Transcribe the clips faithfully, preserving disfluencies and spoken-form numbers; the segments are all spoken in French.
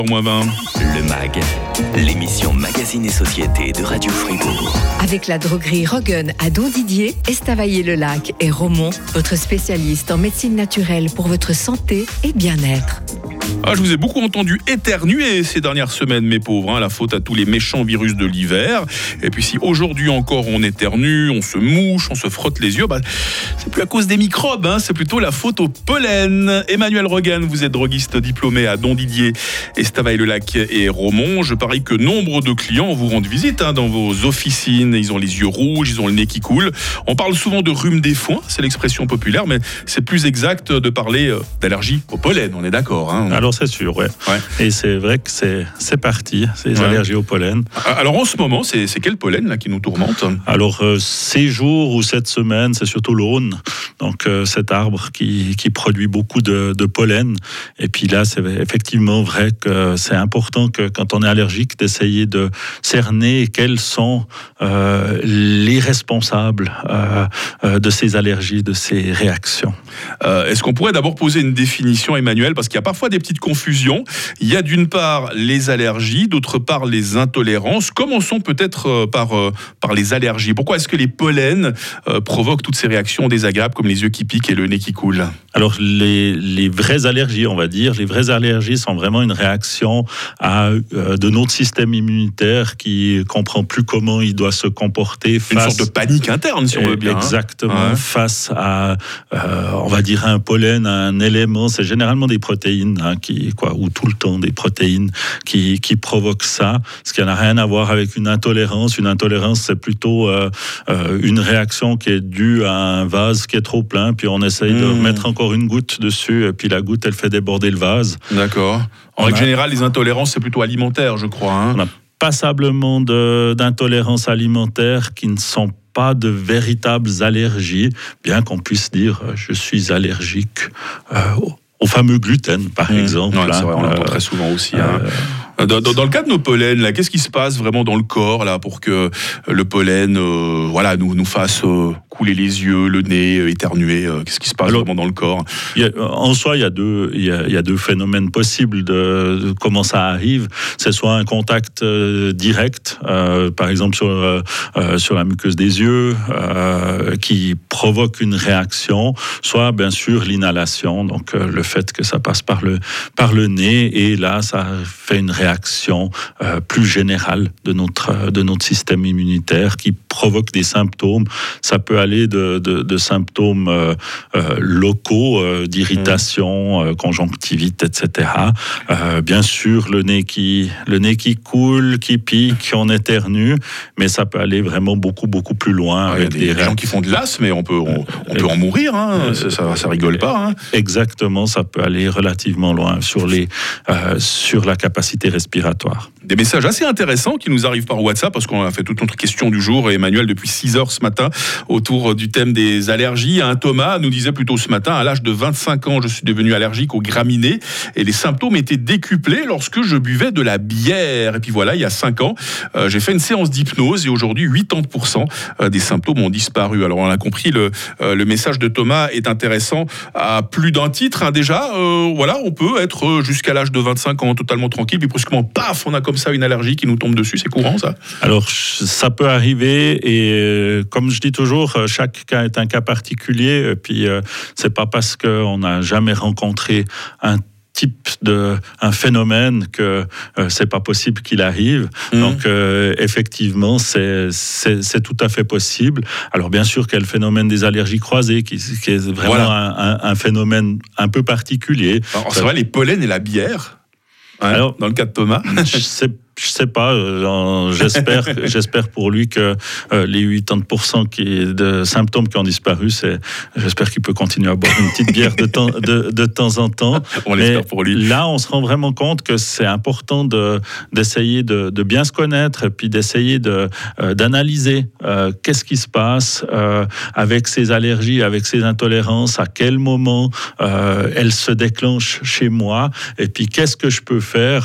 Moins vingt. Le MAG, l'émission Magazine et Société de Radio Fribourg. Avec la droguerie Roggen à Don-Didier, Estavayer-le-Lac et Romont, votre spécialiste en médecine naturelle pour votre santé et bien-être. Ah, je vous ai beaucoup entendu éternuer ces dernières semaines, mes pauvres. Hein, la faute à tous les méchants virus de l'hiver. Et puis si aujourd'hui encore on éternue, on se mouche, on se frotte les yeux, bah, c'est plus à cause des microbes, hein, c'est plutôt la faute au pollen. Emmanuel Roggen, vous êtes droguiste diplômé à Don-Didier, Estavayer-le-Lac et Romont. Je parie que nombre de clients vous rendent visite hein, dans vos officines. Ils ont les yeux rouges, ils ont le nez qui coule. On parle souvent de rhume des foins, c'est l'expression populaire, mais c'est plus exact de parler d'allergie au pollen, on est d'accord hein. Alors c'est sûr, ouais. ouais. Et c'est vrai que c'est, c'est parti, ces ouais. allergies au pollen. Alors en ce moment, c'est, c'est quel pollen là, qui nous tourmente ? Alors euh, ces jours ou cette semaine, c'est surtout l'aune, donc euh, cet arbre qui, qui produit beaucoup de, de pollen. Et puis là, c'est effectivement vrai que c'est important que quand on est allergique, d'essayer de cerner quels sont euh, les responsables euh, euh, de ces allergies, de ces réactions. Euh, est-ce qu'on pourrait d'abord poser une définition, Emmanuel, parce qu'il y a parfois des petites confusions. Il y a d'une part les allergies, d'autre part les intolérances. Commençons peut-être par, euh, par les allergies. Pourquoi est-ce que les pollens euh, provoquent toutes ces réactions désagréables comme les yeux qui piquent et le nez qui coule ? Alors les, les vraies allergies, on va dire, les vraies allergies sont vraiment une réaction à, euh, de notre système immunitaire qui comprend plus comment il doit se comporter face... Une sorte de panique interne, si on veut bien. Exactement, hein. face à, euh, on va dire, un pollen, un élément, c'est généralement des protéines, hein, qui, quoi, ou tout le temps des protéines qui, qui provoquent ça, ce qui n'a rien à voir avec une intolérance. Une intolérance, c'est plutôt euh, euh, une réaction qui est due à un vase qui est trop plein, puis on essaye mmh. de mettre encore une goutte dessus, et puis la goutte, elle fait déborder le vase. D'accord. En règle générale, les intolérances, c'est plutôt alimentaire, je crois. Hein. On a passablement de, d'intolérances alimentaires qui ne sont pas de véritables allergies, bien qu'on puisse dire euh, je suis allergique euh, au, au fameux gluten, par mmh. exemple. Ouais, c'est vrai, on l'entend euh, très souvent aussi. Hein. Euh, Dans, dans, dans le cas de nos pollens, là, qu'est-ce qui se passe vraiment dans le corps là, pour que le pollen euh, voilà, nous, nous fasse euh, couler les yeux, le nez, euh, éternuer euh, Qu'est-ce qui se passe Alors, vraiment dans le corps ? il y a, En soi, il y, a deux, il, y a, il y a deux phénomènes possibles de, de comment ça arrive. C'est soit un contact euh, direct, euh, par exemple sur, euh, sur la muqueuse des yeux, euh, qui provoque une réaction, soit bien sûr l'inhalation, donc euh, le fait que ça passe par le, par le nez, et là, ça fait une réaction réaction euh, plus générale de notre, de notre système immunitaire qui provoque des symptômes. Ça peut aller de, de, de symptômes euh, euh, locaux, euh, d'irritation, euh, conjonctivite, et cetera. Euh, bien sûr, le nez, qui, le nez qui coule, qui pique, on éternue, mais ça peut aller vraiment beaucoup, beaucoup plus loin. Ah, avec il y a des, des gens qui font de l'asthme, mais on peut, on, on peut en mourir, hein. ça, ça, ça rigole pas. Hein. Exactement, ça peut aller relativement loin sur, les, euh, sur la capacité respiratoire. Des messages assez intéressants qui nous arrivent par WhatsApp, parce qu'on a fait toute notre question du jour, et Emmanuel, depuis six heures ce matin, autour du thème des allergies. Un Thomas nous disait plutôt ce matin, à l'âge de vingt-cinq ans, je suis devenu allergique aux graminées, et les symptômes étaient décuplés lorsque je buvais de la bière. Et puis voilà, il y a cinq ans, euh, j'ai fait une séance d'hypnose, et aujourd'hui, quatre-vingt-dix pour cent des symptômes ont disparu. Alors on a compris, le, euh, le message de Thomas est intéressant à plus d'un titre. Hein, déjà, euh, voilà, on peut être jusqu'à l'âge de vingt-cinq ans totalement tranquille, puis brusquement, paf, on a comme ça une allergie qui nous tombe dessus. C'est courant, ça ? Alors, ça peut arriver, et euh, comme je dis toujours, chaque cas est un cas particulier, et puis euh, c'est pas parce qu'on n'a jamais rencontré un type de un phénomène que euh, c'est pas possible qu'il arrive. Mmh. Donc euh, effectivement c'est, c'est c'est tout à fait possible. Alors bien sûr qu'il y a le phénomène des allergies croisées qui, qui est vraiment voilà. un, un, un phénomène un peu particulier. Alors, c'est vrai, les pollens et la bière. Hein, alors dans le cas de Thomas, je sais Je sais pas, euh, j'espère, j'espère pour lui que euh, les quatre-vingt-dix pour cent qui, de symptômes qui ont disparu, c'est, j'espère qu'il peut continuer à boire une petite bière de temps, de, de temps en temps. On Mais l'espère pour lui. Là, on se rend vraiment compte que c'est important de, d'essayer de, de bien se connaître, et puis d'essayer de, euh, d'analyser euh, qu'est-ce qui se passe euh, avec ces allergies, avec ces intolérances, à quel moment euh, elles se déclenchent chez moi, et puis qu'est-ce que je peux faire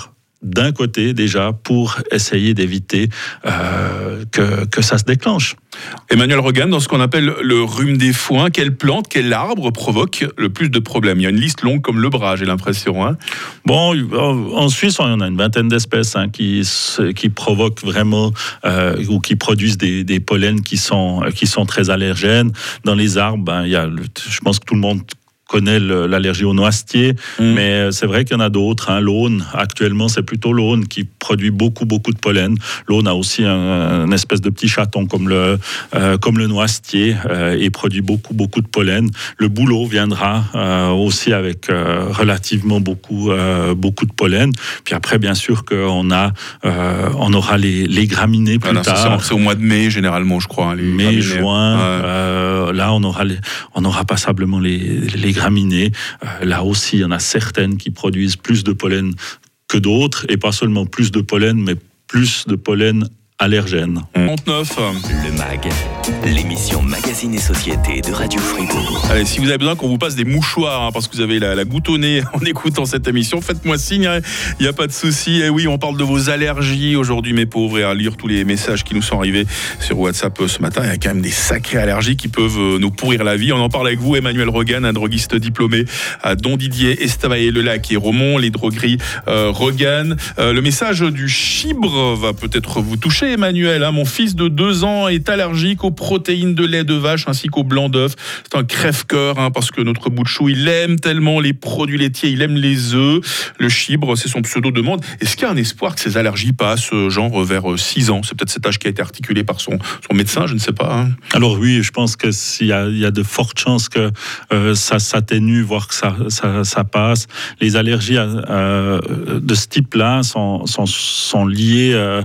d'un côté déjà pour essayer d'éviter euh, que, que ça se déclenche. Emmanuel Regan, dans ce qu'on appelle le rhume des foins, quelle plante, quel arbre provoque le plus de problèmes? Il y a une liste longue comme le bras, j'ai l'impression. Hein. Bon, en Suisse, on a une vingtaine d'espèces hein, qui, qui provoquent vraiment euh, ou qui produisent des, des pollens qui sont, qui sont très allergènes. Dans les arbres, ben, il y a, je pense que tout le monde connaît le, l'allergie au noisetier, mmh. mais c'est vrai qu'il y en a d'autres. Hein. L'aune, actuellement, c'est plutôt l'aune qui produit beaucoup, beaucoup de pollen. L'aune a aussi un, un espèce de petit chaton comme le, euh, comme le noisetier euh, et produit beaucoup, beaucoup de pollen. Le bouleau viendra euh, aussi avec euh, relativement beaucoup, euh, beaucoup de pollen. Puis après, bien sûr, qu'on a, euh, on aura les, les graminées plus voilà, tard. C'est, c'est au mois de mai, généralement, je crois. Les mai, graminées. juin, ouais. euh, là, on aura, les, on aura passablement les, les graminées. Euh, là aussi, il y en a certaines qui produisent plus de pollen que d'autres, et pas seulement plus de pollen, mais plus de pollen allergène. trente-neuf Le MAG, l'émission Magazine et Société de Radio Fribourg. Allez, si vous avez besoin qu'on vous passe des mouchoirs, hein, parce que vous avez la, la goutte au nez en écoutant cette émission, faites-moi signe, il hein, n'y a pas de souci. Et oui, on parle de vos allergies aujourd'hui, mes pauvres, et à lire tous les messages qui nous sont arrivés sur WhatsApp ce matin, il y a quand même des sacrées allergies qui peuvent nous pourrir la vie. On en parle avec vous, Emmanuel Regan, un droguiste diplômé à Don Didier, Estavayer-le-Lac et Romont, les drogueries euh, Regan. Euh, le message du chibre va peut-être vous toucher, Emmanuel, hein, mon fils de deux ans est allergique aux protéines de lait de vache ainsi qu'au blanc d'œuf. C'est un crève-cœur hein, parce que notre bout de chou, il aime tellement les produits laitiers, il aime les œufs. Le chibre, c'est son pseudo-demande. Est-ce qu'il y a un espoir que ces allergies passent genre vers six ans? C'est peut-être cet âge qui a été articulé par son, son médecin, je ne sais pas. Hein. Alors oui, je pense qu'il y a, il y a de fortes chances que euh, ça s'atténue, voire que ça, ça, ça passe. Les allergies euh, de ce type-là sont, sont, sont liées euh,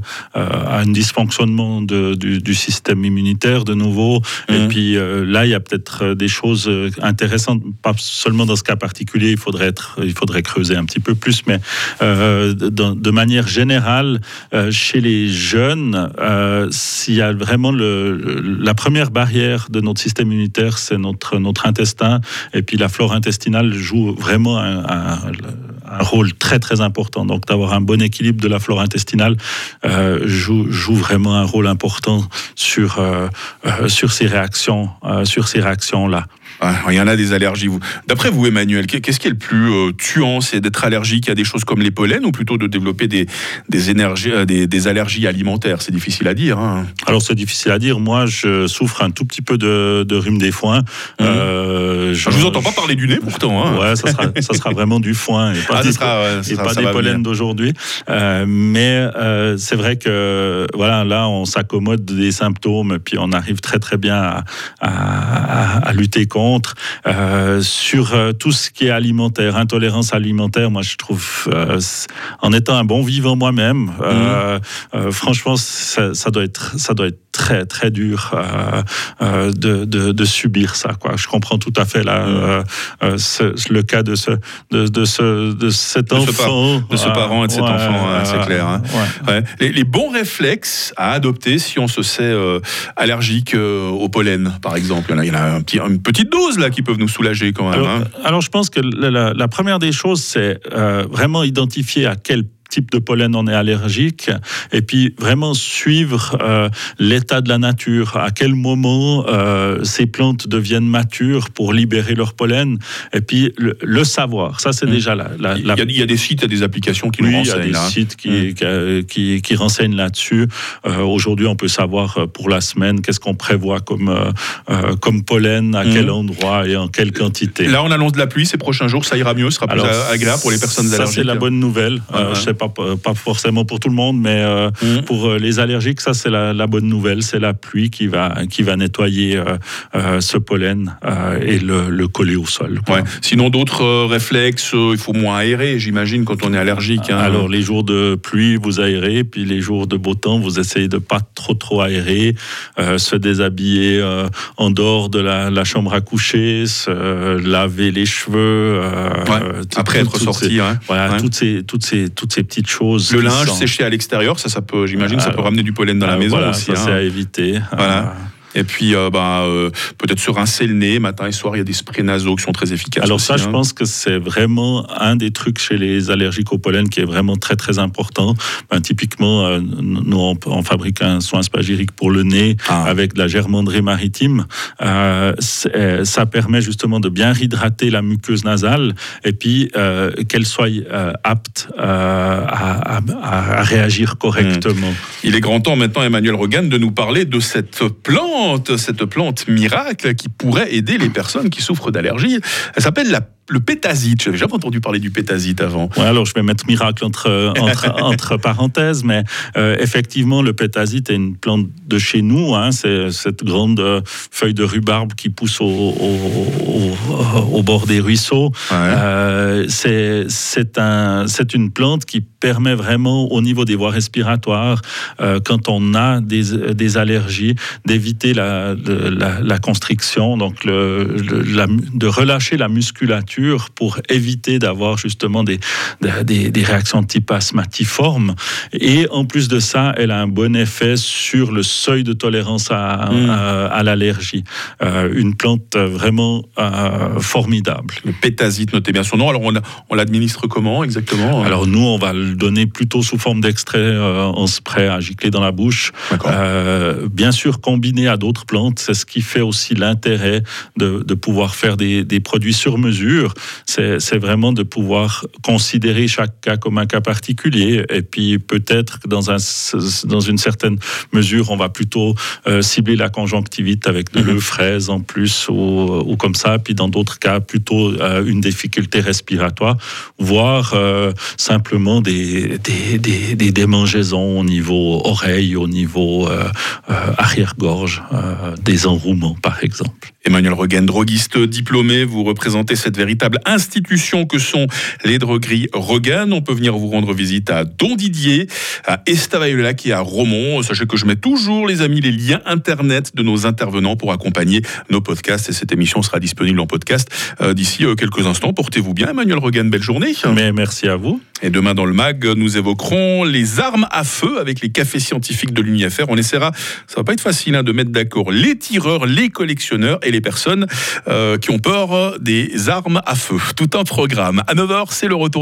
à une dysfonctionnement de, du, du système immunitaire de nouveau. Mmh. Et puis euh, là, il y a peut-être des choses intéressantes, pas seulement dans ce cas particulier, il faudrait, être, il faudrait creuser un petit peu plus, mais euh, de, de manière générale, euh, chez les jeunes, euh, s'il y a vraiment le, la première barrière de notre système immunitaire, c'est notre, notre intestin, et puis la flore intestinale joue vraiment un, un, un rôle très très important. Donc d'avoir un bon équilibre de la flore intestinale euh, joue joue vraiment un rôle important sur euh, euh, sur ces réactions euh, sur ces réactions là. Il y en a des allergies. D'après vous, Emmanuel, qu'est-ce qui est le plus euh, tuant? C'est d'être allergique à des choses comme les pollens ou plutôt de développer des, des, énergies, des, des allergies alimentaires? C'est difficile à dire. Hein. Alors, c'est difficile à dire. Moi, je souffre un tout petit peu de, de rhume des foins. Mmh. Euh, je ne vous entends pas parler du nez, pourtant. Hein. Ouais, ça sera, ça sera vraiment du foin et pas ah, des, sera, ouais, et sera, pas des pollens d'aujourd'hui. Euh, mais euh, c'est vrai que voilà, là, on s'accommode des symptômes puis on arrive très, très bien à, à, à lutter contre. Euh, sur euh, tout ce qui est alimentaire, intolérance alimentaire, moi je trouve, euh, en étant un bon vivant moi-même, euh, mmh. euh, franchement, ça, ça doit être, ça doit être très très dur euh, euh, de, de, de subir ça, quoi. Je comprends tout à fait là, mmh. euh, euh, ce, le cas de ce, de, de ce, de cet de enfant, ce par, de ce parent et de cet ouais, enfant, hein, euh, c'est clair. Hein. Ouais. Ouais. Les, les bons réflexes à adopter si on se sait euh, allergique euh, au pollen, par exemple. Il y en a, il y en a un petit, une petite dose là qui peuvent nous soulager quand même. Alors, hein. alors je pense que la, la première des choses, c'est euh, vraiment identifier à quel type de pollen on est allergique, et puis vraiment suivre euh, l'état de la nature, à quel moment euh, ces plantes deviennent matures pour libérer leur pollen, et puis le, le savoir, ça c'est mmh. déjà la... la, la... Il, y a, il y a des sites, il y a des applications qui oui, nous renseignent. Il y a des là. sites qui, mmh. qui, qui, qui renseignent là-dessus. Euh, aujourd'hui, on peut savoir pour la semaine qu'est-ce qu'on prévoit comme, euh, comme pollen, à mmh. quel endroit et en quelle quantité. Là, on annonce de la pluie, ces prochains jours, ça ira mieux, ce sera plus Alors, agréable pour les personnes allergiques. Ça, c'est la bonne nouvelle. Ah, euh, ouais. Je sais Pas, pas forcément pour tout le monde, mais euh, mmh. pour les allergiques, ça c'est la, la bonne nouvelle, c'est la pluie qui va, qui va nettoyer euh, euh, ce pollen euh, et le, le coller au sol. Ouais. Sinon d'autres euh, réflexes, euh, il faut moins aérer, j'imagine, quand on est allergique. Hein. Alors les jours de pluie, vous aérez, puis les jours de beau temps, vous essayez de pas trop trop aérer, euh, se déshabiller euh, en dehors de la, la chambre à coucher, se euh, laver les cheveux. Euh, ouais. Après être sorti. Ces, hein. Voilà, ouais. toutes ces, toutes ces, toutes ces petites choses. Le linge séché à l'extérieur, ça, ça peut, j'imagine, ça peut ramener du pollen dans euh, la maison voilà, aussi. Ça, hein. c'est à éviter. Voilà. Et puis, euh, bah, euh, peut-être se rincer le nez matin et soir. Il y a des sprays nasaux qui sont très efficaces. Alors aussi, ça, hein. je pense que c'est vraiment un des trucs chez les allergiques au pollen qui est vraiment très très important. Ben, typiquement, euh, nous on, on fabrique un soin spagyrique pour le nez ah. avec de la germanderie maritime. Euh, ça permet justement de bien hydrater la muqueuse nasale et puis euh, qu'elle soit euh, apte euh, à, à, à réagir correctement. Mmh. Il est grand temps maintenant, Emmanuel Rogan, de nous parler de cette plante, cette plante miracle qui pourrait aider les personnes qui souffrent d'allergies. Elle s'appelle la le pétazite. Je n'avais jamais entendu parler du pétazite avant. Ouais, alors je vais mettre miracle entre, entre, entre parenthèses, mais euh, effectivement, le pétazite est une plante de chez nous. Hein, c'est cette grande euh, feuille de rhubarbe qui pousse au, au, au, au bord des ruisseaux. Ouais. Euh, c'est, c'est, un, c'est une plante qui permet vraiment, au niveau des voies respiratoires, euh, quand on a des, des allergies, d'éviter la, la, la constriction, donc le, le, la, de relâcher la musculature pour éviter d'avoir justement des, des, des réactions de type asthmatiforme. Et en plus de ça, elle a un bon effet sur le seuil de tolérance à, mmh. à, à l'allergie. Euh, une plante vraiment euh, formidable. Le pétazite, notez bien son nom. Alors on, on l'administre comment exactement ? Alors nous, on va le donner plutôt sous forme d'extrait euh, en spray à gicler dans la bouche. Euh, bien sûr, combiné à d'autres plantes, c'est ce qui fait aussi l'intérêt de, de pouvoir faire des, des produits sur mesure. C'est, c'est vraiment de pouvoir considérer chaque cas comme un cas particulier et puis peut-être que dans, un, dans une certaine mesure, on va plutôt euh, cibler la conjonctivite avec de mmh. l'eau-fraise en plus ou, ou comme ça, puis dans d'autres cas, plutôt euh, une difficulté respiratoire, voire euh, simplement des, des, des, des démangeaisons au niveau oreille, au niveau euh, euh, arrière-gorge, euh, des enrouements par exemple. Emmanuel Rogan, droguiste diplômé, vous représentez cette véritable institution que sont les drogueries Rogan. On peut venir vous rendre visite à Don-Didier, à Estavayer-le-Lac et à Romont. Sachez que je mets toujours, les amis, les liens internet de nos intervenants pour accompagner nos podcasts. Et cette émission sera disponible en podcast euh, d'ici euh, quelques instants. Portez-vous bien, Emmanuel Rogan. Belle journée. Mais merci à vous. Et demain dans le mag, nous évoquerons les armes à feu avec les cafés scientifiques de l'U N I F R. On essaiera, ça va pas être facile hein, de mettre d'accord les tireurs, les collectionneurs et les personnes euh, qui ont peur des armes à feu. Tout un programme. À neuf heures, c'est le retour